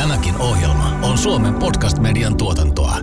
Tämäkin ohjelma on Suomen podcast-median tuotantoa.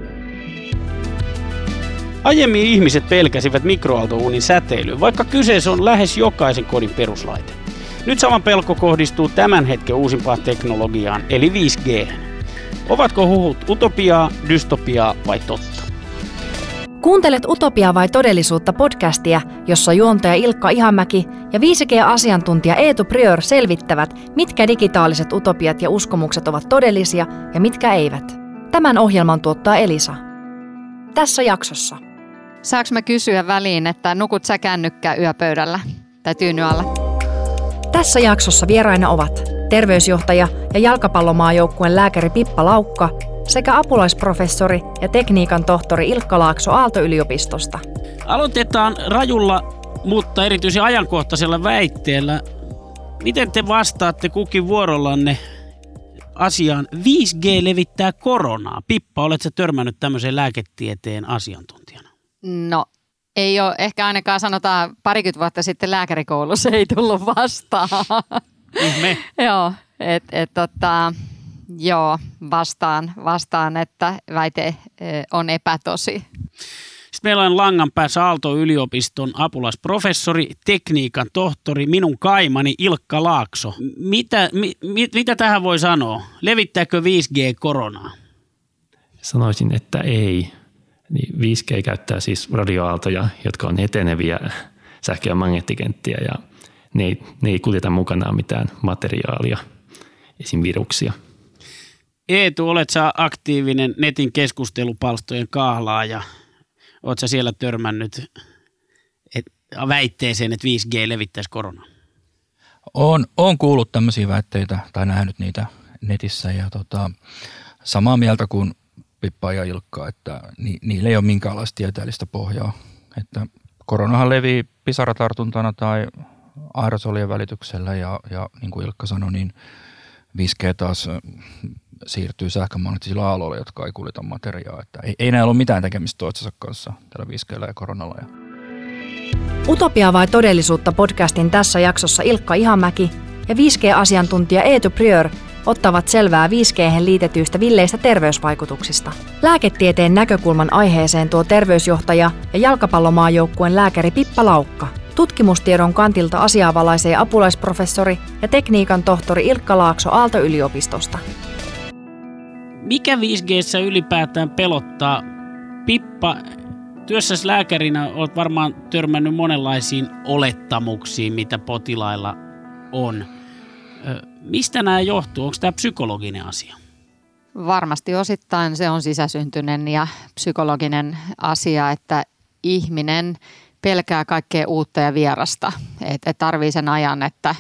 Aiemmin ihmiset pelkäsivät mikroaaltouunin säteilyä, vaikka kyseessä on lähes jokaisen kodin peruslaite. Nyt sama pelko kohdistuu tämän hetken uusimpaan teknologiaan, eli 5G. Ovatko huhut utopiaa, dystopiaa vai totta? Kuuntelet Utopiaa vai todellisuutta podcastia, jossa juontaja Ilkka Ihamäki ja 5G-asiantuntija Eetu Priör selvittävät, mitkä digitaaliset utopiat ja uskomukset ovat todellisia ja mitkä eivät. Tämän ohjelman tuottaa Elisa. Tässä jaksossa. Saanko mä kysyä väliin, että nukut sä kännykkää yöpöydällä tai tyyny alla? Tässä jaksossa vieraina ovat terveysjohtaja ja jalkapallomaajoukkueen lääkäri Pippa Laukka sekä apulaisprofessori ja tekniikan tohtori Ilkka Laakso Aalto-yliopistosta. Aloitetaan rajulla, mutta erityisen ajankohtaisella väitteellä. Miten te vastaatte kukin vuorollanne asiaan 5G levittää koronaa? Pippa, oletko törmännyt tämmöiseen lääketieteen asiantuntijana? No, ei ole ehkä ainakaan sanotaan parikymmentä vuotta sitten lääkärikoulussa ei tullut vastaan. Ihme. Joo, vastaan, että väite on epätosi. Sitten meillä on langan päässä Aalto-yliopiston apulaisprofessori, tekniikan tohtori, minun kaimani Ilkka Laakso. Mitä tähän voi sanoa? Levittääkö 5G koronaa? Sanoisin, että ei. 5G käyttää siis radioaaltoja, jotka on eteneviä sähkö- ja magneettikenttiä ja ne ei kuljeta mukanaan mitään materiaalia, esim. Viruksia. Eetu, olet sä aktiivinen netin keskustelupalstojen kahlaaja? Oletko sä siellä törmännyt väitteeseen, että 5G levittäisi koronaa? Olen kuullut tämmöisiä väitteitä tai nähnyt niitä netissä ja samaa mieltä kuin Pippa ja Ilkka, että niillä ei ole minkäänlaista tieteellistä pohjaa. Että koronahan levii pisaratartuntana tai aerosolien välityksellä ja niin kuin Ilkka sanoi, niin 5G taas siirtyy sähkömagneettisilla aalloilla, jotka ei kuljeta materiaa. Että ei näillä ole mitään tekemistä toistensa kanssa tällä 5G:llä ja koronalla. Utopia vai todellisuutta podcastin tässä jaksossa Ilkka Ihamäki ja 5G-asiantuntija Eetu Priör ottavat selvää 5G:hen liitetyistä villeistä terveysvaikutuksista. Lääketieteen näkökulman aiheeseen tuo terveysjohtaja ja jalkapallomaajoukkueen lääkäri Pippa Laukka. Tutkimustiedon kantilta asiaa valaisee apulaisprofessori ja tekniikan tohtori Ilkka Laakso Aalto-yliopistosta. Mikä 5G:ssä ylipäätään pelottaa? Pippa, työssäsi lääkärinä olet varmaan törmännyt monenlaisiin olettamuksiin, mitä potilailla on. Mistä nämä johtuu? Onko tämä psykologinen asia? Varmasti osittain se on sisäsyntyinen ja psykologinen asia, että ihminen pelkää kaikkea uutta ja vierasta. Et tarvii sen ajan, että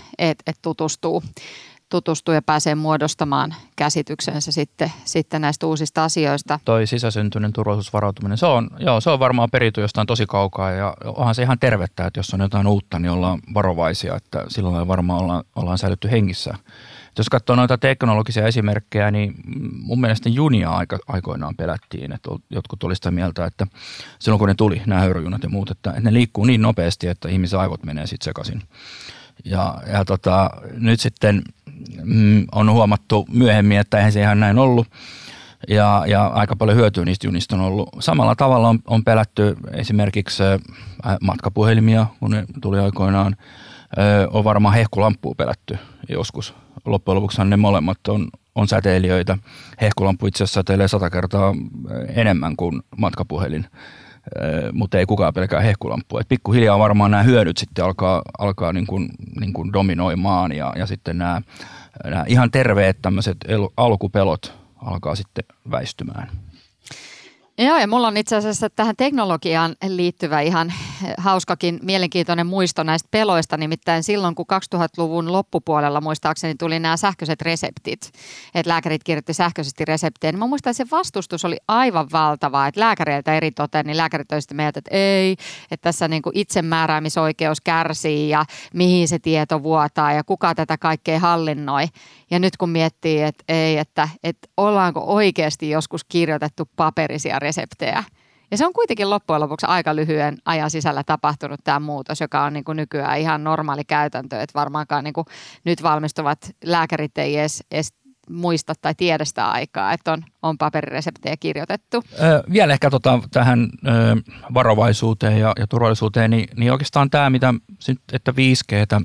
tutustuu ja pääsee muodostamaan käsityksensä sitten näistä uusista asioista. Toi sisäsyntyinen turvallisuusvarautuminen, se on varmaan periyty jostain tosi kaukaa ja onhan se ihan tervettä, että jos on jotain uutta, niin ollaan varovaisia, että silloin varmaan ollaan säilytty hengissä. Jos katsoo noita teknologisia esimerkkejä, niin mun mielestä junia aikoinaan pelättiin, että jotkut oli sitä mieltä, että silloin kun ne tuli, nämä höyröjunat ja muut, että ne liikkuu niin nopeasti, että ihmisen aivot menee sitten sekaisin. Ja nyt sitten on huomattu myöhemmin, että eihän se ihan näin ollut ja aika paljon hyötyä niistä junista on ollut. Samalla tavalla on pelätty esimerkiksi matkapuhelimia, kun ne tuli aikoinaan. On varmaan hehkulampua pelätty joskus. Loppujen lopuksi ne molemmat on säteilijöitä. Hehkulampu itse asiassa säteilee 100 kertaa enemmän kuin matkapuhelin, mutta ei kukaan pelkää hehkulampua. Et pikkuhiljaa varmaan nämä hyödyt sitten alkaa niin kuin dominoimaan ja sitten nämä ihan terveet tämmöiset alkupelot alkaa sitten väistymään. Joo, ja mulla on itse asiassa tähän teknologiaan liittyvä ihan hauskakin, mielenkiintoinen muisto näistä peloista. Nimittäin silloin, kun 2000-luvun loppupuolella muistaakseni tuli nämä sähköiset reseptit, että lääkärit kirjoitti sähköisesti reseptejä, niin mä muistan, että se vastustus oli aivan valtavaa, että lääkäreiltä eritoten, niin lääkärit olisivat mieltä, että ei, että tässä niin kuin itsemääräämisoikeus kärsii ja mihin se tieto vuotaa ja kuka tätä kaikkea hallinnoi. Ja nyt kun miettii, että ei, että ollaanko oikeasti joskus kirjoitettu paperisia reseptejä. Ja se on kuitenkin loppujen lopuksi aika lyhyen ajan sisällä tapahtunut tämä muutos, joka on niin kuin nykyään ihan normaali käytäntö. Että varmaankaan niin kuin nyt valmistuvat lääkärit ei edes muista tai tiedä sitä aikaa, että on paperireseptejä kirjoitettu. Vielä ehkä tähän varovaisuuteen ja turvallisuuteen, niin oikeastaan tämä, että 5G:tä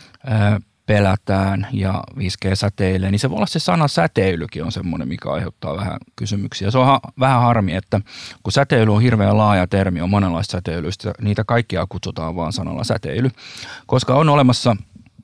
pelätään ja 5G säteilee, niin se voi olla se sana säteilykin on semmoinen, mikä aiheuttaa vähän kysymyksiä. Se on vähän harmi, että kun säteily on hirveän laaja termi, on monenlaista säteilyistä, niitä kaikkia kutsutaan vaan sanalla säteily, koska on olemassa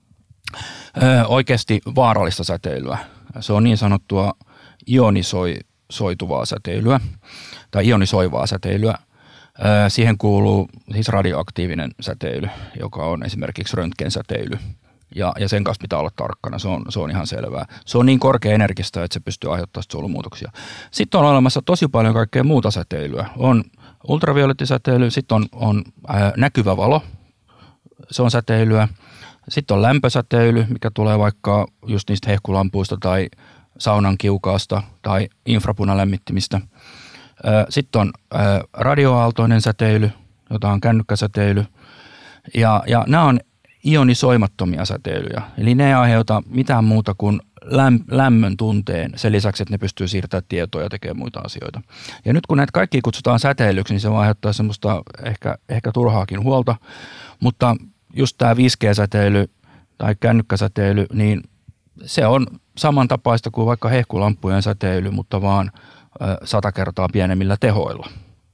oikeasti vaarallista säteilyä. Se on niin sanottua ionisoituvaa säteilyä tai ionisoivaa säteilyä. Siihen kuuluu siis radioaktiivinen säteily, joka on esimerkiksi röntgensäteily. Ja sen kanssa pitää olla tarkkana, se on ihan selvää. Se on niin korkea energistä, että se pystyy aiheuttamaan solumuutoksia. Sitten on olemassa tosi paljon kaikkea muuta säteilyä. On ultraviolettisäteily, sitten on näkyvä valo, se on säteilyä. Sitten on lämpösäteily, mikä tulee vaikka just niistä hehkulampuista tai saunan kiukaasta tai infrapunalämmittimistä. Sitten on radioaaltoinen säteily, jota on kännykkäsäteily. Ja nämä on ionisoimattomia säteilyjä. Eli ne ei aiheuta mitään muuta kuin lämmön tunteen sen lisäksi, että ne pystyy siirtämään tietoa ja tekemään muita asioita. Ja nyt kun näitä kaikki kutsutaan säteilyksi, niin se aiheuttaa semmoista ehkä turhaakin huolta. Mutta just tämä 5G-säteily tai kännykkäsäteily, niin se on samantapaista kuin vaikka hehkulampujen säteily, mutta vaan 100 kertaa pienemmillä tehoilla.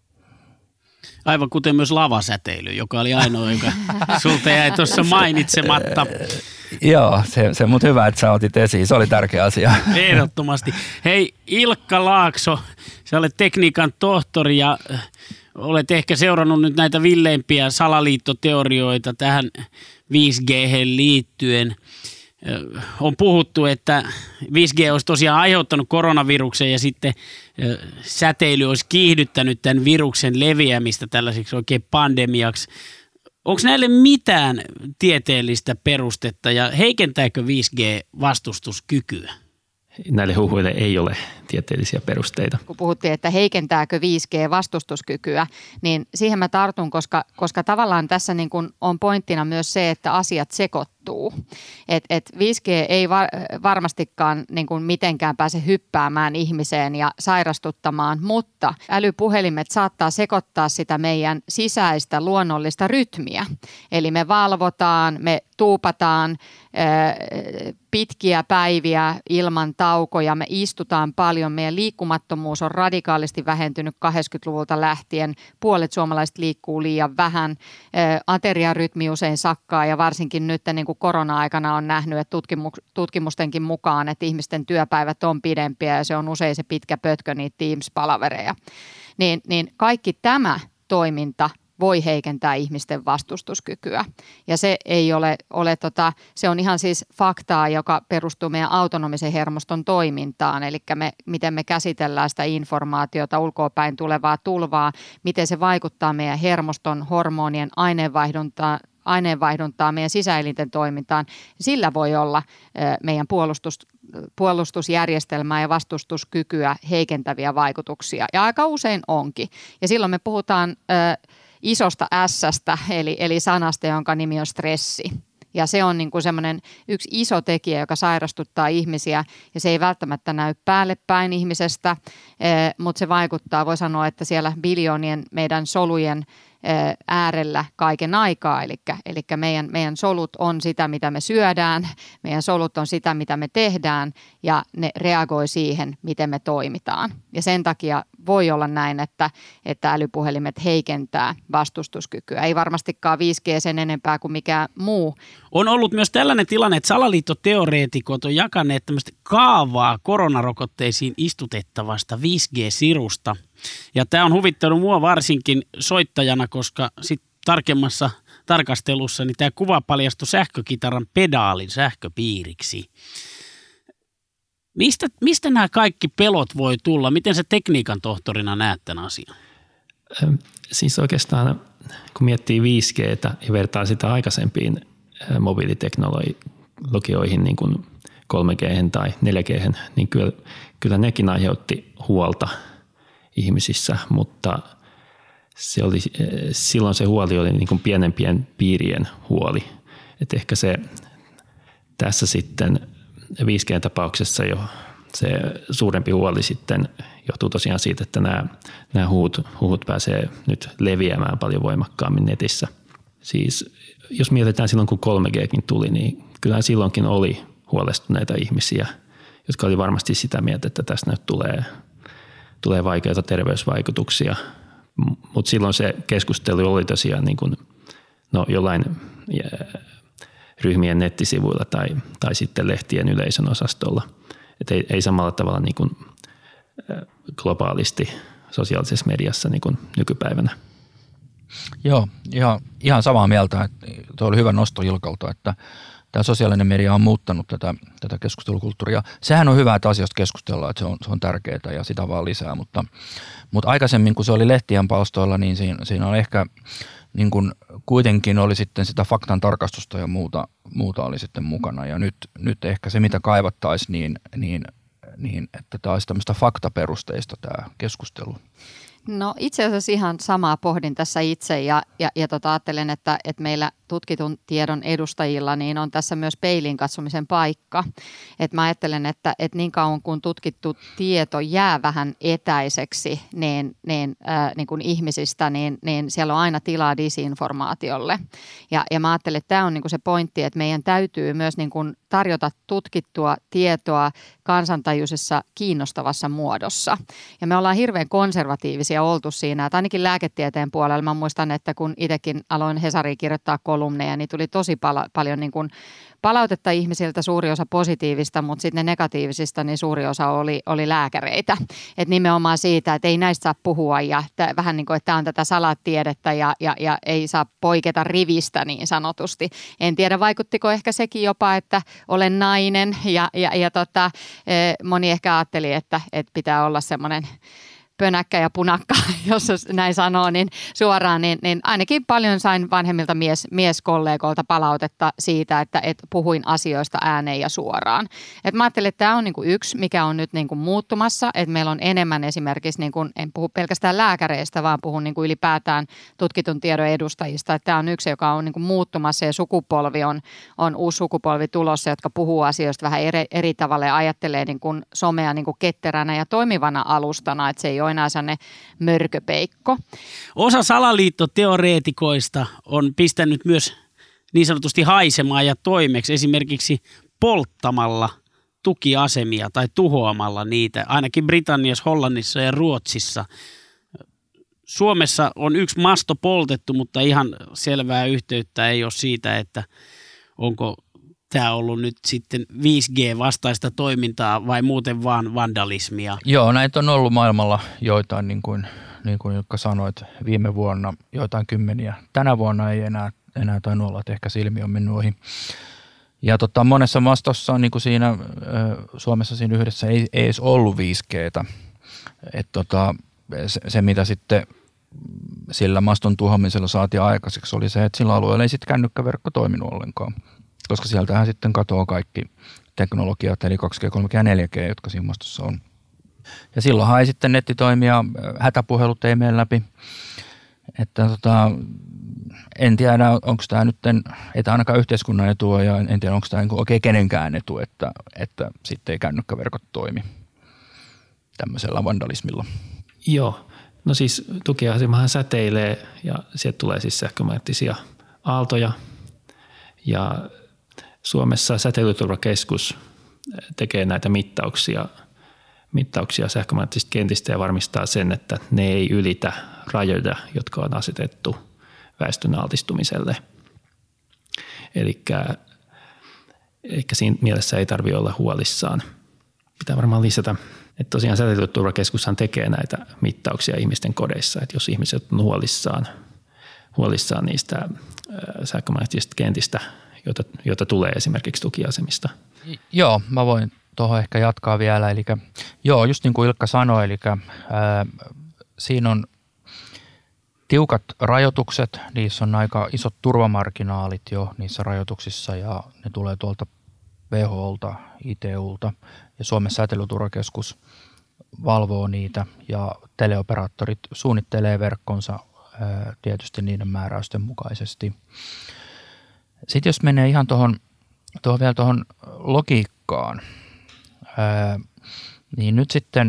Aivan kuten myös lavasäteily, joka oli ainoa, joka sulta jäi tuossa mainitsematta. Joo, se mutta hyvä, että sä otit esiin. Se oli tärkeä asia. Ehdottomasti. Hei Ilkka Laakso, sä olet tekniikan tohtori ja olet ehkä seurannut nyt näitä villeimpiä salaliittoteorioita tähän 5G:hen liittyen. On puhuttu, että 5G olisi tosiaan aiheuttanut koronaviruksen ja sitten säteily olisi kiihdyttänyt tämän viruksen leviämistä tällaiseksi oikein pandemiaksi. Onko näille mitään tieteellistä perustetta ja heikentääkö 5G vastustuskykyä? Näille huhuille ei ole tieteellisiä perusteita. Kun puhuttiin, että heikentääkö 5G vastustuskykyä, niin siihen mä tartun, koska tavallaan tässä niin kun on pointtina myös se, että asiat sekoittuu. Et 5G ei varmastikaan niin kun mitenkään pääse hyppäämään ihmiseen ja sairastuttamaan, mutta älypuhelimet saattaa sekoittaa sitä meidän sisäistä luonnollista rytmiä. Eli me valvotaan, me tuupataan pitkiä päiviä ilman taukoja, me istutaan paljon, meidän liikkumattomuus on radikaalisti vähentynyt 80-luvulta lähtien, puolet suomalaiset liikkuu liian vähän, ateriarytmi usein sakkaa ja varsinkin nyt niin kuin korona-aikana on nähnyt, että tutkimustenkin mukaan, että ihmisten työpäivät on pidempiä ja se on usein se pitkä pötkö niitä Teams-palavereja, niin kaikki tämä toiminta voi heikentää ihmisten vastustuskykyä. Ja se ei ole se on ihan siis faktaa, joka perustuu meidän autonomisen hermoston toimintaan, eli miten me käsitellään sitä informaatiota, ulkoapäin tulevaa tulvaa, miten se vaikuttaa meidän hermoston, hormonien, aineenvaihduntaa, meidän sisäelinten toimintaan. Sillä voi olla meidän puolustusjärjestelmää ja vastustuskykyä heikentäviä vaikutuksia, ja aika usein onkin. Ja silloin me puhutaan isosta S:stä, eli sanasta, jonka nimi on stressi. Ja se on niin kuin semmoinen yksi iso tekijä, joka sairastuttaa ihmisiä, ja se ei välttämättä näy päälle päin ihmisestä, mutta se vaikuttaa, voi sanoa, että siellä biljoonien meidän solujen äärellä kaiken aikaa, eli meidän solut on sitä, mitä me syödään, meidän solut on sitä, mitä me tehdään, ja ne reagoi siihen, miten me toimitaan. Ja sen takia voi olla näin, että älypuhelimet heikentää vastustuskykyä. Ei varmastikaan 5G sen enempää kuin mikään muu. On ollut myös tällainen tilanne, että salaliittoteoreetikot on jakaneet tämmöistä kaavaa koronarokotteisiin istutettavasta 5G-sirusta. Ja tämä on huvittanut mua varsinkin soittajana, koska sitten tarkemmassa tarkastelussa niin tämä kuva paljastui sähkökitaran pedaalin sähköpiiriksi. Mistä nämä kaikki pelot voi tulla? Miten sä tekniikan tohtorina näet tämän asian? Siis oikeastaan, kun miettii 5G:tä ja vertaa sitä aikaisempiin mobiiliteknologioihin, niin kuin 3G:hen tai 4G:hen, niin kyllä nekin aiheutti huolta ihmisissä, mutta silloin se huoli oli niin kuin pienempien piirien huoli. Et ehkä se tässä sitten 5G-tapauksessa jo se suurempi huoli sitten johtuu tosiaan siitä, että nämä huhut pääsee nyt leviämään paljon voimakkaammin netissä. Siis jos mietitään silloin, kun 3Gkin tuli, niin kyllähän silloinkin oli huolestuneita ihmisiä, jotka oli varmasti sitä mieltä, että tästä nyt tulee vaikeita terveysvaikutuksia. Mutta silloin se keskustelu oli tosiaan niin kuin, jollain ryhmien nettisivuilla tai sitten lehtien yleisön osastolla. Et ei samalla tavalla niin kuin globaalisti sosiaalisessa mediassa niin kuin nykypäivänä. Joo, ihan samaa mieltä. Tuo oli hyvä nosto Ilkalta, että tämä sosiaalinen media on muuttanut tätä keskustelukulttuuria. Sehän on hyvä, että asioista keskustellaan, että se on tärkeää ja sitä vaan lisää, mutta aikaisemmin, kun se oli lehtien palstoilla, niin siinä on ehkä niin kuin kuitenkin oli sitten sitä faktan tarkastusta ja muuta oli sitten mukana. Ja nyt ehkä se, mitä kaivattaisiin, niin että tämä olisi tämmöistä faktaperusteista tämä keskustelu. No itse asiassa ihan samaa pohdin tässä itse ja ajattelen, että meillä tutkitun tiedon edustajilla niin on tässä myös peiliin katsomisen paikka. Mä ajattelen, että niin kauan kun tutkittu tieto jää vähän etäiseksi niin kuin ihmisistä, niin siellä on aina tilaa disinformaatiolle. Ja mä ajattelen, että tämä on niin kuin se pointti, että meidän täytyy myös niin kuin tarjota tutkittua tietoa kansantajuisessa kiinnostavassa muodossa. Ja me ollaan hirveän konservatiivisia oltu siinä, että ainakin lääketieteen puolella mä muistan, että kun itsekin aloin Hesariin kirjoittaa kolumneja, niin tuli tosi paljon niin kuin palautetta ihmisiltä, suuri osa positiivista, mutta sitten ne negatiivisista, niin suuri osa oli lääkäreitä. Että nimenomaan siitä, että ei näistä saa puhua ja vähän niin kuin, että tämä on tätä salatiedettä ja ei saa poiketa rivistä niin sanotusti. En tiedä, vaikuttiko ehkä sekin jopa, että olen nainen ja moni ehkä ajatteli, että pitää olla semmoinen pönäkkä ja punakka, jos näin sanoo, niin suoraan, niin ainakin paljon sain vanhemmilta mieskollegoilta palautetta siitä, että puhuin asioista ääneen ja suoraan. Mä ajattelin, että tämä on niin kuin yksi, mikä on nyt niin kuin muuttumassa, että meillä on enemmän esimerkiksi, niin kuin, en puhu pelkästään lääkäreistä, vaan puhun niin kuin ylipäätään tutkitun tiedon edustajista, että tämä on yksi, joka on niin kuin muuttumassa ja on uusi sukupolvi tulossa, jotka puhuu asioista vähän eri tavalla ja ajattelee niin kuin somea niin kuin ketteränä ja toimivana alustana, että se ei ole enää sellainen mörköpeikko. Osa salaliittoteoreetikoista on pistänyt myös niin sanotusti haisemaan ja toimeksi esimerkiksi polttamalla tukiasemia tai tuhoamalla niitä, ainakin Britanniassa, Hollannissa ja Ruotsissa. Suomessa on yksi masto poltettu, mutta ihan selvää yhteyttä ei ole siitä, että onko tämä ollut nyt sitten 5G-vastaista toimintaa vai muuten vaan vandalismia? Joo, näitä on ollut maailmalla joitain, niin kuin Ilkka sanoit, viime vuonna joitain kymmeniä. Tänä vuonna ei enää tainnut olla, että ehkä silmi on mennyt ohi. Ja monessa mastossa, niin kuin siinä Suomessa siinä yhdessä, ei edes ollut 5G:tä. Se, mitä sitten sillä maston tuhoamisella saatiin aikaiseksi, oli se, että sillä alueella ei sitten kännykkäverkko toiminut ollenkaan. Koska sieltähän sitten katoaa kaikki teknologiat, eli 2G, 3G ja 4G, jotka siinä mastossa on. Ja silloinhan ei sitten nettitoimia, hätäpuhelut ei mene läpi. Että en tiedä, onko tämä nyt, ei tämä ainakaan yhteiskunnan etua, ja en tiedä, onko tämä oikein kenenkään etu, että sitten ei kännykkäverkot toimi tämmöisellä vandalismilla. Joo, no siis tukiasemahan säteilee ja sieltä tulee siis sähkömagneettisia aaltoja. Ja Suomessa Säteilyturvakeskus tekee näitä mittauksia sähkömagneettisista kentistä ja varmistaa sen, että ne ei ylitä rajoja, jotka on asetettu väestön altistumiselle. Eli siinä mielessä ei tarvitse olla huolissaan. Pitää varmaan lisätä, että tosiaan Säteilyturvakeskushan tekee näitä mittauksia ihmisten kodeissa, että jos ihmiset on huolissaan niistä sähkömagneettisista kentistä, joita tulee esimerkiksi tukiasemista. Joo, mä voin tuohon ehkä jatkaa vielä. Eli joo, just niin kuin Ilkka sanoi, eli siinä on tiukat rajoitukset, niissä on aika isot turvamarginaalit jo niissä rajoituksissa ja ne tulee tuolta WHOlta, ITUlta ja Suomen Säteilyturvakeskus valvoo niitä ja teleoperaattorit suunnittelee verkkonsa tietysti niiden määräysten mukaisesti. Sitten jos menee ihan vielä tuohon logiikkaan, niin nyt sitten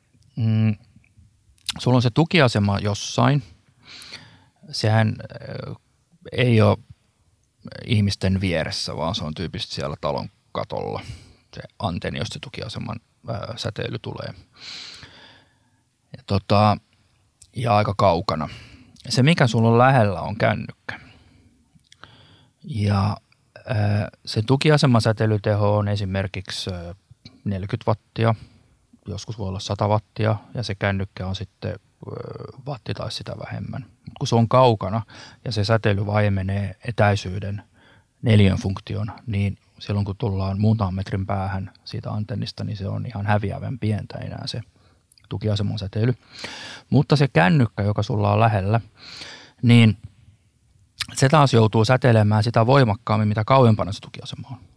sulla on se tukiasema jossain. Sehän ei ole ihmisten vieressä, vaan se on tyypisesti siellä talon katolla. Se antenni, josta tukiaseman säteily tulee. Ja aika kaukana. Se, mikä sulla on lähellä, on kännykkä. Ja se tukiaseman säteilyteho on esimerkiksi 40 wattia, joskus voi olla 100 wattia, ja se kännykkä on sitten watti tai sitä vähemmän. Kun se on kaukana ja se säteily vaimenee etäisyyden 4 funktion, niin silloin kun tullaan muutaman metrin päähän siitä antennista, niin se on ihan häviävän pientä enää se tukiaseman säteily. Mutta se kännykkä, joka sulla on lähellä, niin se taas joutuu säteilemään sitä voimakkaammin, mitä kauempana se tukiasema on.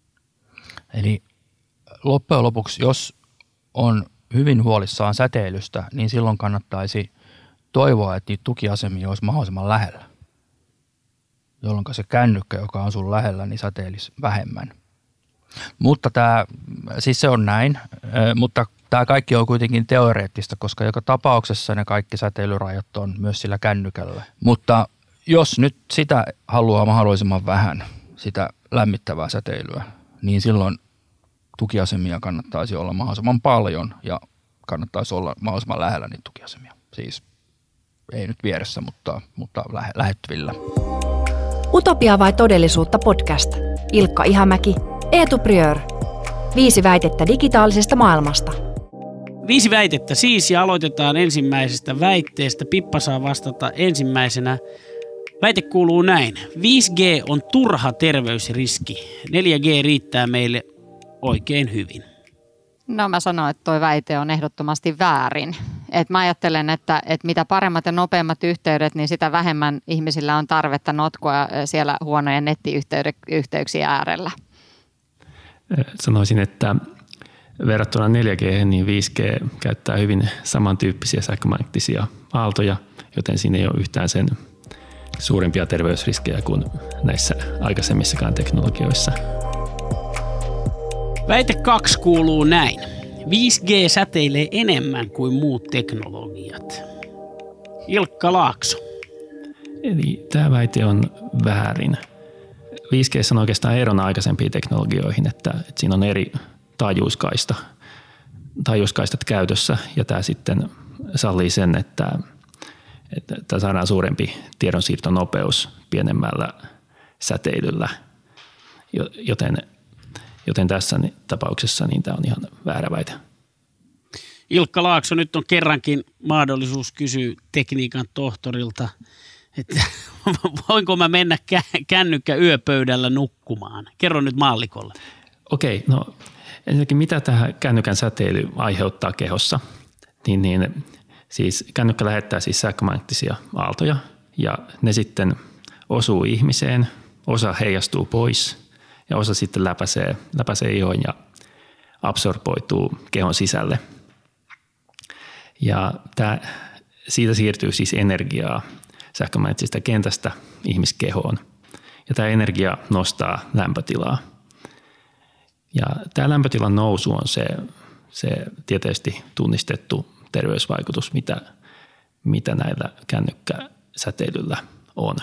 Eli loppujen lopuksi, jos on hyvin huolissaan säteilystä, niin silloin kannattaisi toivoa, että niitä tukiasemia olisi mahdollisimman lähellä, jolloin se kännykkä, joka on sun lähellä, niin säteilisi vähemmän. Mutta siis se on näin, mutta tämä kaikki on kuitenkin teoreettista, koska joka tapauksessa ne kaikki säteilyrajat on myös sillä kännykällä. Mutta jos nyt sitä haluaa mahdollisimman vähän, sitä lämmittävää säteilyä, niin silloin tukiasemia kannattaisi olla mahdollisimman paljon ja kannattaisi olla mahdollisimman lähellä niitä tukiasemia. Siis ei nyt vieressä, mutta lähettyvillä. Utopia vai todellisuutta podcast. Ilkka Ihamäki, Eetu Priör. 5 väitettä digitaalisesta maailmasta. 5 väitettä siis, ja aloitetaan ensimmäisestä väitteestä. Pippa saa vastata ensimmäisenä. Väite kuuluu näin. 5G on turha terveysriski. 4G riittää meille oikein hyvin. No mä sanon, että toi väite on ehdottomasti väärin. Et mä ajattelen, että mitä paremmat ja nopeammat yhteydet, niin sitä vähemmän ihmisillä on tarvetta notkua siellä huonojen nettiyhteyksien äärellä. Sanoisin, että verrattuna 4G, niin 5G käyttää hyvin samantyyppisiä sähkömagneettisia aaltoja, joten siinä ei ole yhtään sen suurempia terveysriskejä kuin näissä aikaisemmissakaan teknologioissa. Väite 2 kuuluu näin. 5G säteilee enemmän kuin muut teknologiat. Ilkka Laakso. Eli tämä väite on väärin. 5G on oikeastaan erona aikaisempiin teknologioihin, että siinä on eri taajuuskaistat käytössä, ja tämä sitten sallii sen, että saadaan suurempi tiedonsiirtonopeus pienemmällä säteilyllä, joten tässä tapauksessa niin tämä on ihan väärä väite. Ilkka Laakso, nyt on kerrankin mahdollisuus kysyä tekniikan tohtorilta, että voinko mä mennä kännykkä yöpöydällä nukkumaan? Kerro nyt maallikolle. Okei, no ensinnäkin mitä tämä kännykän säteily aiheuttaa kehossa? Niin siis kännykkä lähettää siis sähkömagneettisia aaltoja, ja ne sitten osuu ihmiseen, osa heijastuu pois ja osa sitten läpäisee ihon ja absorboituu kehon sisälle. Ja siitä siirtyy siis energiaa sähkömagneettisesta kentästä ihmiskehoon. Ja tämä energia nostaa lämpötilaa. Ja tämä lämpötilan nousu on se tieteesti tunnistettu terveysvaikutus, mitä näillä kännykkäsäteilyllä on.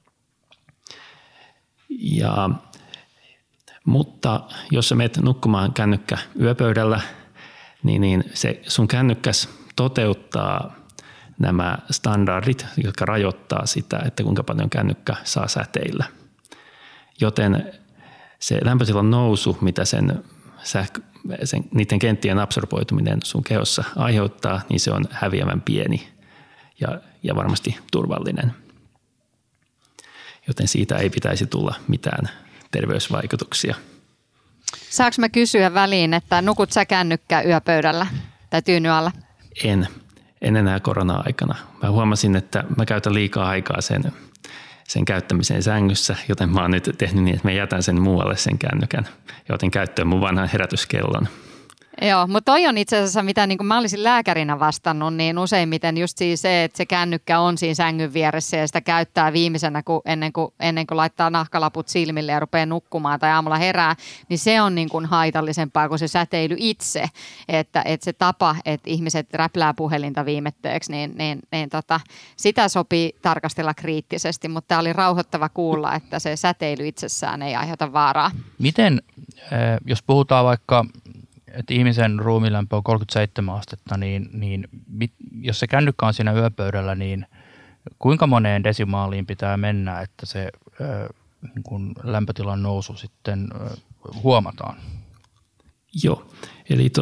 Mutta jos sä menet nukkumaan kännykkä yöpöydällä, niin se sun kännykkäs toteuttaa nämä standardit, jotka rajoittaa sitä, että kuinka paljon kännykkä saa säteillä. Joten se lämpötilan nousu, mitä niiden kenttien absorboituminen sun kehossa aiheuttaa, niin se on häviävän pieni ja varmasti turvallinen. Joten siitä ei pitäisi tulla mitään terveysvaikutuksia. Saanko mä kysyä väliin, että nukut sä kännykkä yöpöydällä tai tyynyn alla? En enää korona-aikana. Mä huomasin, että mä käytän liikaa aikaa sen käyttämiseen sängyssä, joten mä oon nyt tehnyt niin, että mä jätän sen muualle sen kännykän ja otin käyttöön mun vanhan herätyskellon. Joo, mutta toi on itse asiassa, mitä niin kuin mä olisin lääkärinä vastannut, niin useimmiten just siis se, että se kännykkä on siinä sängyn vieressä ja sitä käyttää viimeisenä, ennen kuin laittaa nahkalaput silmille ja rupeaa nukkumaan tai aamulla herää, niin se on niin kuin haitallisempaa kuin se säteily itse. Että se tapa, että ihmiset räplää puhelinta viimetteeksi, niin sitä sopii tarkastella kriittisesti, mutta tämä oli rauhoittava kuulla, että se säteily itsessään ei aiheuta vaaraa. Miten, jos puhutaan vaikka, että ihmisen ruumiinlämpö on 37 astetta, niin jos se kännykkä on siinä yöpöydällä, niin kuinka moneen desimaaliin pitää mennä, että se niin kun lämpötilan nousu sitten huomataan? Joo, eli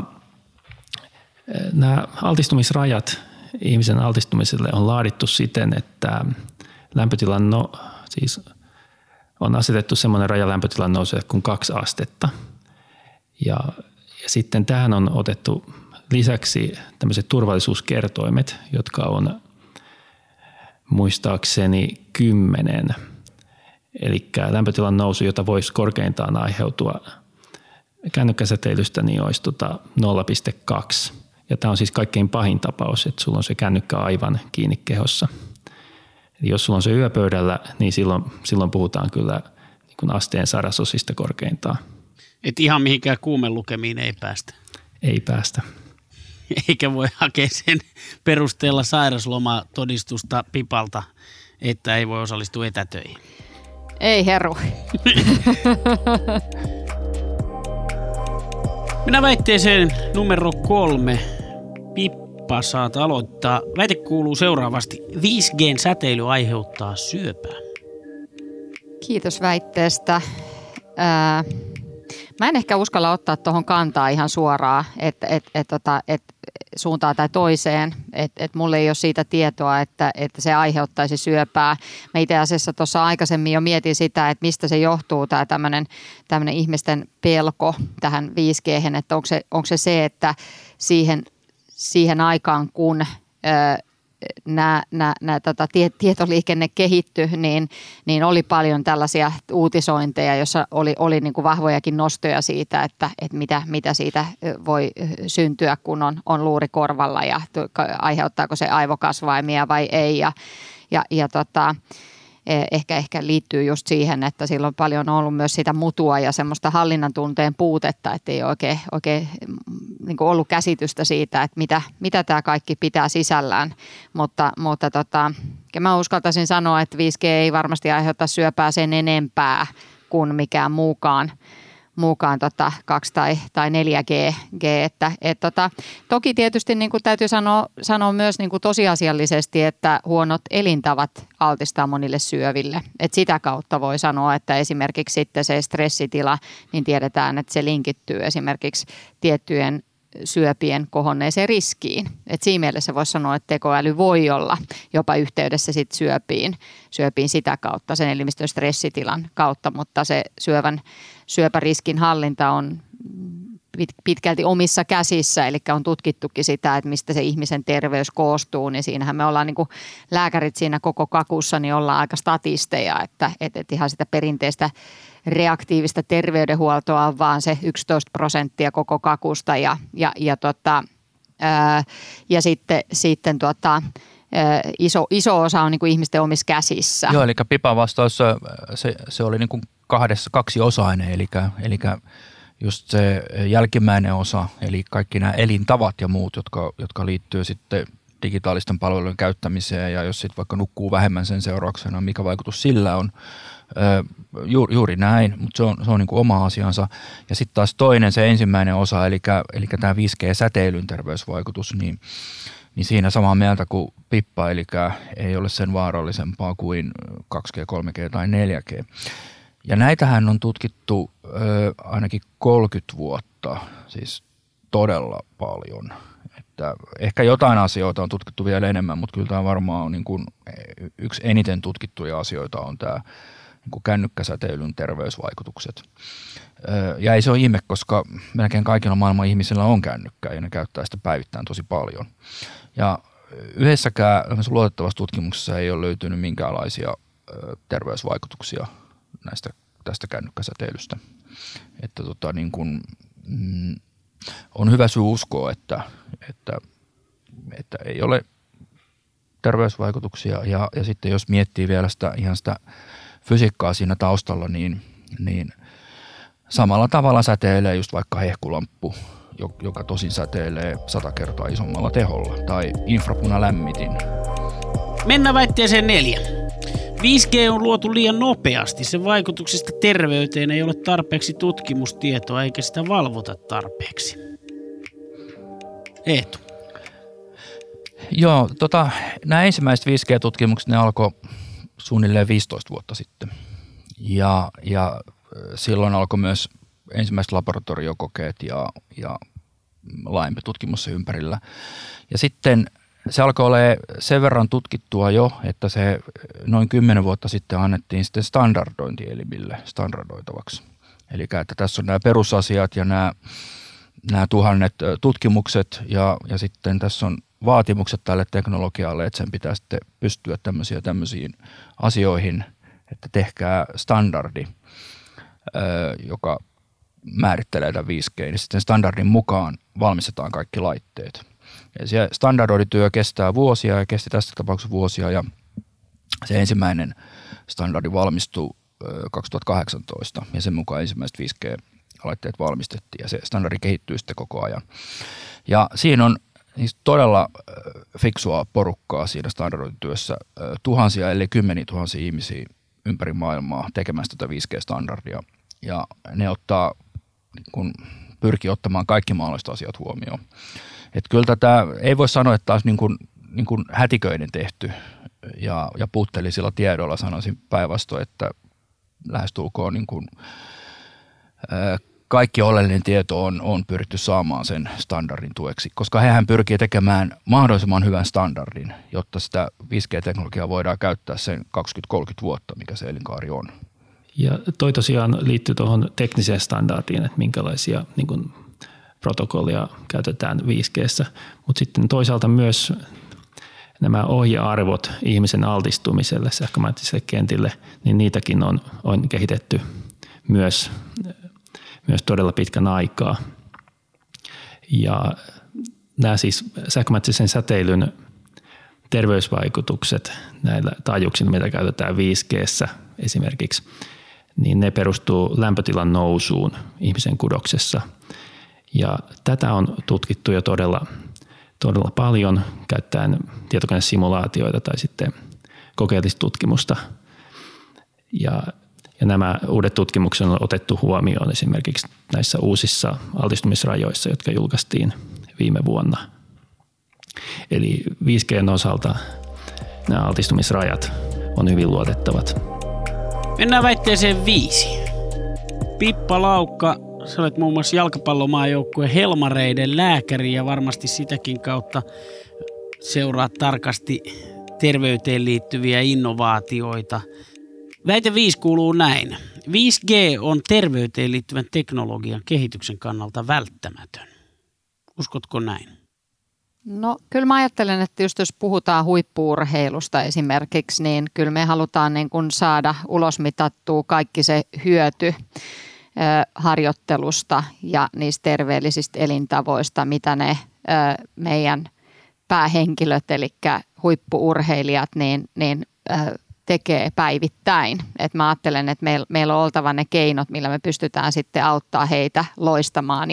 nämä altistumisrajat ihmisen altistumiselle on laadittu siten, että lämpötilan siis on asetettu semmoinen raja lämpötilan nousua kuin 2 astetta. Ja sitten tähän on otettu lisäksi tämmöiset turvallisuuskertoimet, jotka on muistaakseni 10. Eli lämpötilan nousu, jota voisi korkeintaan aiheutua kännykkäsäteilystä, niin olisi 0,2. Ja tämä on siis kaikkein pahin tapaus, että sulla on se kännykkä aivan kiinni kehossa. Eli jos sulla on se yöpöydällä, niin silloin puhutaan kyllä niin kuin asteen sadasosista korkeintaan. Et ihan mihinkään kuumelukemiin ei päästä. Ei päästä. Eikä voi hakea sen perusteella sairaslomatodistusta Pipalta, että ei voi osallistua etätöihin. Ei herru. Minä väitteeseen numero 3. Pippa, saat aloittaa. Väite kuuluu seuraavasti. 5G:n säteily aiheuttaa syöpää. Kiitos väitteestä. Mä en ehkä uskalla ottaa tuohon kantaa ihan suoraan, että suuntaan tai toiseen, että mulla ei ole siitä tietoa, että se aiheuttaisi syöpää. Mä itse asiassa tuossa aikaisemmin jo mietin sitä, että mistä se johtuu, tämä tämmöinen ihmisten pelko tähän 5G:hen, että onko se, että siihen aikaan, kun tietoliikenne kehittyi, niin oli paljon tällaisia uutisointeja, jossa oli niin kuin vahvojakin nostoja siitä, että mitä siitä voi syntyä, kun on luuri korvalla ja aiheuttaako se aivokasvaimia vai ei. Ehkä liittyy just siihen, että silloin paljon on ollut myös sitä mutua ja semmoista hallinnan tunteen puutetta, että ei oikein niin kuin ollut käsitystä siitä, että mitä tämä kaikki pitää sisällään. Mutta mä uskaltaisin sanoa, että 5G ei varmasti aiheuta syöpää sen enempää kuin mikään muukaan 2 tai 4G. Toki tietysti niin kuin täytyy sanoa myös niin kuin tosiasiallisesti, että huonot elintavat altistaa monille syöville. Et sitä kautta voi sanoa, että esimerkiksi sitten se stressitila, niin tiedetään, että se linkittyy esimerkiksi tiettyjen syöpien kohonneeseen riskiin. Et siinä mielessä voisi sanoa, että tekoäly voi olla jopa yhteydessä sit syöpiin sitä kautta, sen elimistön stressitilan kautta, mutta se syöpäriskin hallinta on pitkälti omissa käsissä, eli on tutkittukin sitä, että mistä se ihmisen terveys koostuu, niin siinähän me ollaan niin kuin lääkärit siinä koko kakussa, niin ollaan aika statisteja, että ihan sitä perinteistä reaktiivista terveydenhuoltoa on vaan se 11% koko kakusta ja sitten iso osa on niin kuin ihmisten omissa käsissä. Joo, eli Pipan vastaus se oli niin kuin kaksiosainen, eli just se jälkimmäinen osa, eli kaikki nämä elintavat ja muut, jotka liittyy sitten digitaalisten palvelujen käyttämiseen, ja jos sitten vaikka nukkuu vähemmän sen seurauksena, mikä vaikutus sillä on. Juuri näin, mutta se on niin kuin oma asiansa. Ja sitten taas toinen, se ensimmäinen osa, eli tämä 5G-säteilyn terveysvaikutus, niin siinä samaa mieltä kuin Pippa, eli ei ole sen vaarallisempaa kuin 2G, 3G tai 4G. Ja näitähän on tutkittu ainakin 30 vuotta, siis todella paljon. Että ehkä jotain asioita on tutkittu vielä enemmän, mutta kyllä tämä varmaan on niin kuin yksi eniten tutkittuja asioita on tämä niin kuin kännykkäsäteilyn terveysvaikutukset. Ja ei se ole ihme, koska melkein kaikilla maailman ihmisillä on kännykkää ja ne käyttää sitä päivittäin tosi paljon. Ja yhdessäkään luotettavassa tutkimuksessa ei ole löytynyt minkäänlaisia terveysvaikutuksia tästä kännykkäsäteilystä. Että niin kuin, on hyvä syy uskoa, että ei ole terveysvaikutuksia. Ja sitten jos miettii vielä sitä fysiikkaa siinä taustalla, niin samalla tavalla säteilee just vaikka hehkulamppu, joka tosin säteilee 100 kertaa isommalla teholla, tai infrapunalämmitin. Mennään väitteeseen 4. 5G on luotu liian nopeasti. Sen vaikutuksista terveyteen ei ole tarpeeksi tutkimustietoa eikä sitä valvota tarpeeksi. Eetu. Joo, nämä ensimmäiset 5G-tutkimukset ne alkoi suunnilleen 15 vuotta sitten. Ja silloin alkoi myös ensimmäiset laboratoriokokeet ja laajempi tutkimus ympärillä. Ja sitten se alkoi olla sen verran tutkittua jo, että se noin 10 vuotta sitten annettiin sitten standardointielimille standardoitavaksi. Eli että tässä on nämä perusasiat ja nämä tuhannet tutkimukset ja sitten tässä on vaatimukset tälle teknologialle, että sen pitää sitten pystyä tämmöisiin asioihin, että tehkää standardi, joka määrittelee tämän 5G, niin sitten standardin mukaan valmistetaan kaikki laitteet. Ja se standardointityö kestää vuosia ja kesti tässä tapauksessa vuosia ja se ensimmäinen standardi valmistui 2018 ja sen mukaan ensimmäiset 5G-laitteet valmistettiin ja se standardi kehittyy sitten koko ajan. Ja siinä on siis todella fiksua porukkaa siinä standardointityössä, tuhansia ellei kymmeniä tuhansia ihmisiä ympäri maailmaa tekemässä tätä 5G-standardia ja ne pyrkii ottamaan kaikki mahdolliset asiat huomioon. Että kyllä tätä ei voi sanoa, että taas niin kuin hätiköiden tehty ja puutteellisilla tiedoilla sanoisin päinvastoin, että lähestulkoon niin kuin, kaikki oleellinen tieto on pyritty saamaan sen standardin tueksi, koska hehän pyrkii tekemään mahdollisimman hyvän standardin, jotta sitä 5G-teknologiaa voidaan käyttää sen 20-30 vuotta, mikä se elinkaari on. Ja toi tosiaan liittyy tuohon tekniseen standardiin, että minkälaisia niin kuin protokollia käytetään 5G:ssä, mutta sitten toisaalta myös nämä ohjearvot ihmisen altistumiselle sähkömagneettiselle kentille, niin niitäkin on kehitetty myös todella pitkän aikaa. Ja nämä siis sähkömagneettisen säteilyn terveysvaikutukset näillä taajuuksilla, mitä käytetään 5G:ssä esimerkiksi, niin ne perustuu lämpötilan nousuun ihmisen kudoksessa. Ja tätä on tutkittu jo todella paljon käyttäen tietokonesimulaatioita tai sitten kokeellista tutkimusta. Ja nämä uudet tutkimukset on otettu huomioon esimerkiksi näissä uusissa altistumisrajoissa, jotka julkaistiin viime vuonna. Eli 5G:n osalta nämä altistumisrajat on hyvin luotettavat. Mennään väitteeseen 5. Pippa Laukka, sä olet muun muassa jalkapallomaajoukkueen Helmareiden lääkäri ja varmasti sitäkin kautta seuraat tarkasti terveyteen liittyviä innovaatioita. Väite 5 kuuluu näin. 5G on terveyteen liittyvän teknologian kehityksen kannalta välttämätön. Uskotko näin? No kyllä mä ajattelen, että just jos puhutaan huippu-urheilusta esimerkiksi, niin kyllä me halutaan niin kuin saada ulosmitattua kaikki se hyöty harjoittelusta ja niistä terveellisistä elintavoista, mitä ne meidän päähenkilöt, eli huippu-urheilijat, niin tekee päivittäin. Et mä ajattelen, että meillä on oltava ne keinot, millä me pystytään sitten auttaa heitä loistamaan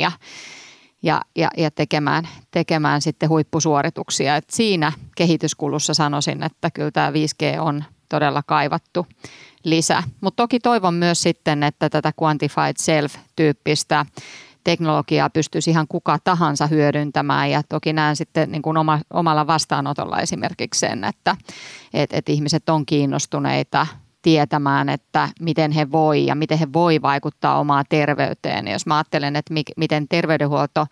ja tekemään sitten huippusuorituksia. Et siinä kehityskulussa sanoisin, että kyllä tämä 5G on todella kaivattu lisä. Mutta toki toivon myös sitten, että tätä quantified self-tyyppistä teknologiaa pystyisi ihan kuka tahansa hyödyntämään ja toki näen sitten niin kuin omalla vastaanotolla esimerkiksi sen, että ihmiset on kiinnostuneita tietämään, että miten he voi ja miten he voi vaikuttaa omaan terveyteen. Ja jos mä ajattelen, että miten terveydenhuolto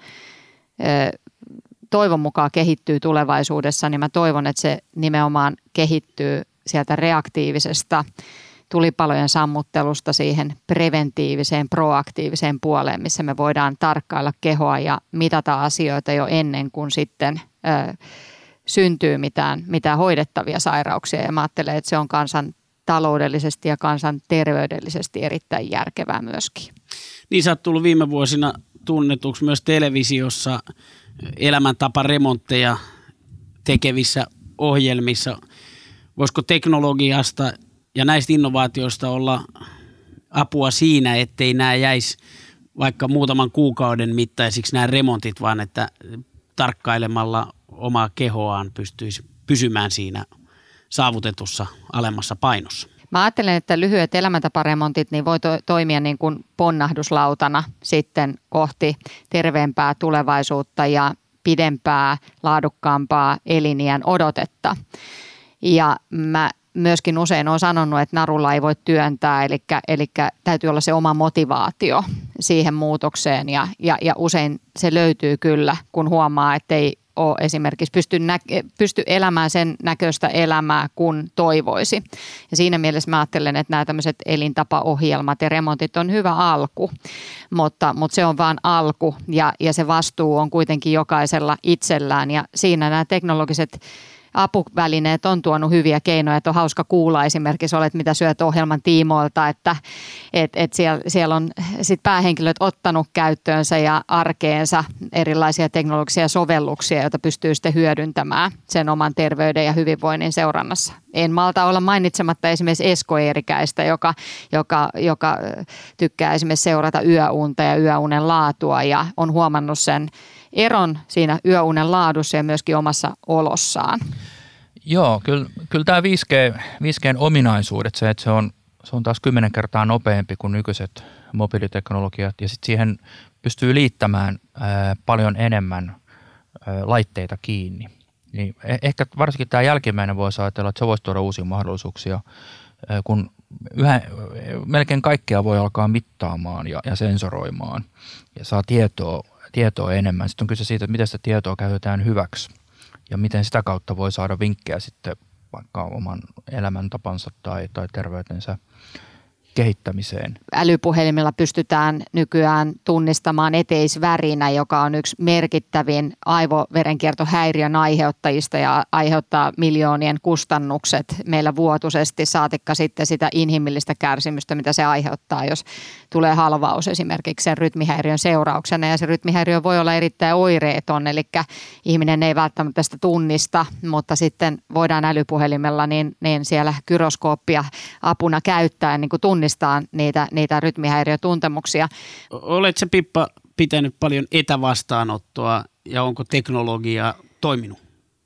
toivon mukaan kehittyy tulevaisuudessa, niin mä toivon, että se nimenomaan kehittyy sieltä reaktiivisesta tulipalojen sammuttelusta siihen preventiiviseen, proaktiiviseen puoleen, missä me voidaan tarkkailla kehoa ja mitata asioita jo ennen kuin sitten syntyy mitään hoidettavia sairauksia. Ja mä ajattelen, että se on kansantaloudellisesti ja kansanterveydellisesti erittäin järkevää myöskin. Niin sä oot tullut viime vuosina tunnetuksi myös televisiossa elämäntaparemontteja tekevissä ohjelmissa. Voisiko teknologiasta ja näistä innovaatioista olla apua siinä, ettei nämä jäisi vaikka muutaman kuukauden mittaisiksi nämä remontit, vaan että tarkkailemalla omaa kehoaan pystyisi pysymään siinä saavutetussa alemmassa painossa? Mä ajattelen, että lyhyet elämäntaparemontit niin voi toimia niin kuin ponnahduslautana sitten kohti terveempää tulevaisuutta ja pidempää, laadukkaampaa eliniän odotetta. Ja mä myöskin usein olen sanonut, että narulla ei voi työntää, eli täytyy olla se oma motivaatio siihen muutokseen ja usein se löytyy kyllä, kun huomaa, että ei ole esimerkiksi pysty elämään sen näköistä elämää, kun toivoisi. Ja siinä mielessä mä ajattelen, että nämä tämmöiset elintapaohjelmat ja remontit on hyvä alku, mutta se on vaan alku ja se vastuu on kuitenkin jokaisella itsellään ja siinä nämä teknologiset apuvälineet on tuonut hyviä keinoja, että on hauska kuulla esimerkiksi olet mitä syöt ohjelman tiimoilta, että siellä on sit päähenkilöt ottanut käyttöönsä ja arkeensa erilaisia teknologisia sovelluksia, joita pystyy sitten hyödyntämään sen oman terveyden ja hyvinvoinnin seurannassa. En malta olla mainitsematta esimerkiksi Esko Eerikäistä, joka tykkää esimerkiksi seurata yöunta ja yöunen laatua ja on huomannut sen eron siinä yöunen laadussa ja myöskin omassa olossaan. Joo, kyllä tämä 5G:n ominaisuudet, se, että se on taas 10 kertaa nopeampi kuin nykyiset mobiiliteknologiat ja sitten siihen pystyy liittämään paljon enemmän laitteita kiinni. Niin ehkä varsinkin tämä jälkimmäinen voisi ajatella, että se voisi tuoda uusia mahdollisuuksia, kun melkein kaikkea voi alkaa mittaamaan ja sensoroimaan ja saa tietoa enemmän. Sitten on kyse siitä, että miten sitä tietoa käytetään hyväksi ja miten sitä kautta voi saada vinkkejä sitten vaikka oman elämäntapansa tai terveytensä kehittämiseen. Älypuhelimilla pystytään nykyään tunnistamaan eteisvärinä, joka on yksi merkittävin aivoverenkiertohäiriön aiheuttajista ja aiheuttaa miljoonien kustannukset meillä vuotuisesti, saatikka sitten sitä inhimillistä kärsimystä, mitä se aiheuttaa, jos tulee halvaus esimerkiksi sen rytmihäiriön seurauksena. Ja se rytmihäiriö voi olla erittäin oireeton, eli ihminen ei välttämättä sitä tunnista, mutta sitten voidaan älypuhelimella niin siellä gyroskooppia apuna käyttää niin kuin tunnistaa niitä rytmihäiriötuntemuksia. Oletko Pippa pitänyt paljon etävastaanottoa ja onko teknologia toiminut?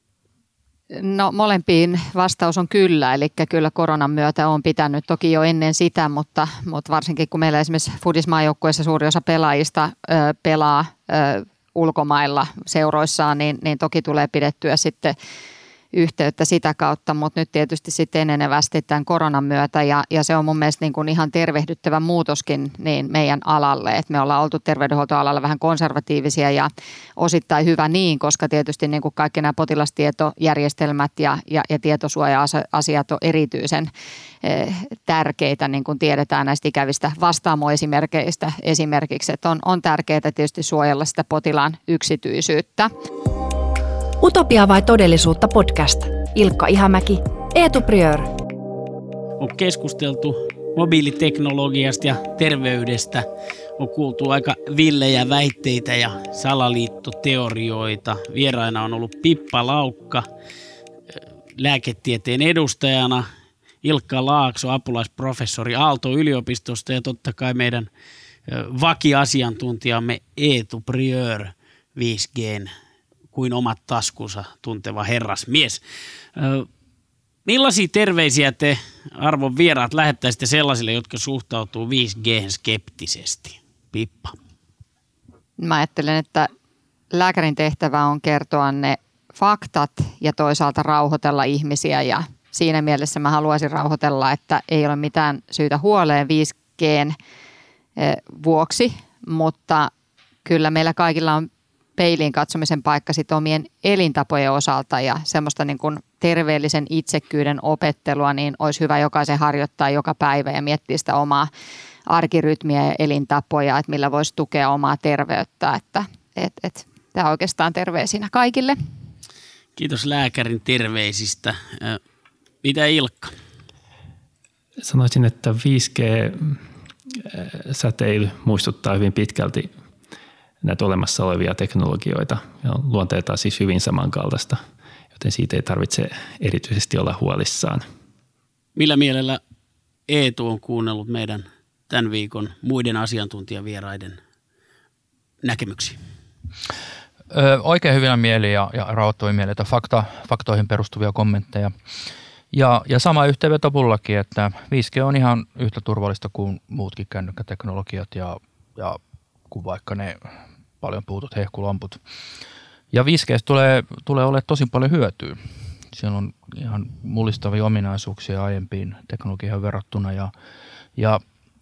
No molempiin vastaus on kyllä, eli kyllä koronan myötä on pitänyt toki jo ennen sitä, mutta varsinkin kun meillä esimerkiksi Fudis-maajoukkueessa suuri osa pelaajista pelaa ulkomailla seuroissaan, niin toki tulee pidettyä sitten yhteyttä sitä kautta, mutta nyt tietysti sitten enenevästi tämän koronan myötä ja se on mun mielestä niin kuin ihan tervehdyttävä muutoskin niin meidän alalle, että me ollaan oltu terveydenhuoltoalalla vähän konservatiivisia ja osittain hyvä niin, koska tietysti niin kuin kaikki nämä potilastietojärjestelmät ja tietosuoja-asiat on erityisen tärkeitä, niin kuin tiedetään näistä ikävistä vastaamoesimerkkeistä esimerkiksi, että on tärkeää tietysti suojella sitä potilaan yksityisyyttä. Utopia vai todellisuutta podcast. Ilkka Ihamäki, Eetu Priör. On keskusteltu mobiiliteknologiasta ja terveydestä. On kuultu aika villejä väitteitä ja salaliittoteorioita. Vieraina on ollut Pippa Laukka lääketieteen edustajana, Ilkka Laakso, apulaisprofessori Aalto-yliopistosta ja totta kai meidän vakiasiantuntijamme Eetu Priör, 5G:n kuin omat taskunsa tunteva herrasmies. Millaisia terveisiä te, arvon vieraat, lähettäisitte sellaisille, jotka suhtautuu 5G:hen skeptisesti? Pippa. Mä ajattelen, että lääkärin tehtävä on kertoa ne faktat ja toisaalta rauhoitella ihmisiä ja siinä mielessä mä haluaisin rauhoitella, että ei ole mitään syytä huoleen 5G:n vuoksi, mutta kyllä meillä kaikilla on peiliin katsomisen paikka sit omien elintapojen osalta ja semmoista niin kuin terveellisen itsekkyyden opettelua, niin olisi hyvä jokaisen harjoittaa joka päivä ja miettiä sitä omaa arkirytmiä ja elintapoja, että millä voisi tukea omaa terveyttä, että tämä oikeastaan terveisinä kaikille. Kiitos lääkärin terveisistä. Mitä Ilkka? Sanoisin, että 5G-säteily muistuttaa hyvin pitkälti näitä olemassa olevia teknologioita ja on luonteeltaan siis hyvin samankaltaista, joten siitä ei tarvitse erityisesti olla huolissaan. Millä mielellä Eetu on kuunnellut meidän tämän viikon muiden asiantuntijavieraiden näkemyksiä? Oikein hyvillä mieli ja rauhoittavia mieli, että faktoihin perustuvia kommentteja. Ja sama yhteenveto mullakin, että 5G on ihan yhtä turvallista kuin muutkin kännykkäteknologiat ja kuin vaikka ne paljon puhutut hehkulamput. Ja 5G tulee olemaan tosi paljon hyötyä. Siellä on ihan mullistavia ominaisuuksia aiempiin teknologioihin verrattuna ja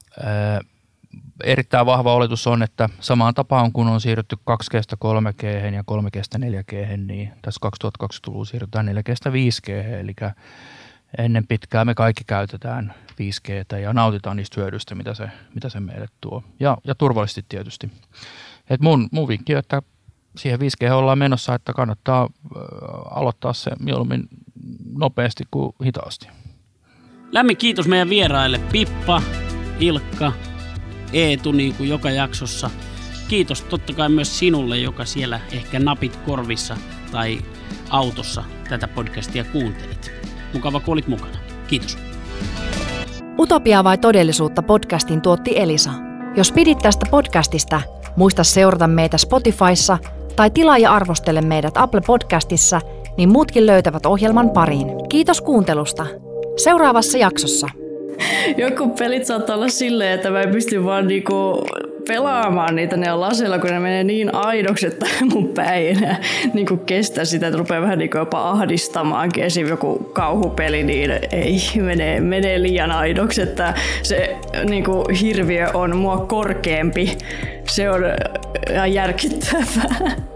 erittäin vahva oletus on, että samaan tapaan kun on siirrytty 2G:stä 3G:hen ja 3G:stä 4G:hen, niin tässä 2020-luvulla siirrytään 4G:stä 5G:hen, eli ennen pitkää me kaikki käytetään 5G:tä ja nautitaan niistä hyödyistä, mitä se meille tuo. Ja turvallisesti tietysti. Et mun vinkki on, että siihen 5G:hen ollaan menossa, että kannattaa aloittaa se mieluummin nopeasti kuin hitaasti. Lämmin kiitos meidän vieraille Pippa, Ilkka, Eetu niin kuin joka jaksossa. Kiitos totta kai myös sinulle, joka siellä ehkä napit korvissa tai autossa tätä podcastia kuuntelit. Mukava kun olit mukana. Kiitos. Utopia vai todellisuutta podcastin tuotti Elisa. Jos pidit tästä podcastista, muista seurata meitä Spotifyssa tai tilaa ja arvostele meidät Apple Podcastissa, niin muutkin löytävät ohjelman pariin. Kiitos kuuntelusta. Seuraavassa jaksossa. Joku pelit saattaa olla silleen, että mä en pysty vaan niinku pelaamaan niitä ne lasella, kun ne menee niin aidoksi, että mun pää ei enää niinku kestä sitä, että rupeaa vähän niinku jopa ahdistamaankin. Esim. Joku kauhupeli, niin ei menee liian aidoksi, että se niinku hirviö on mua korkeampi. Se on ihan järkyttävää.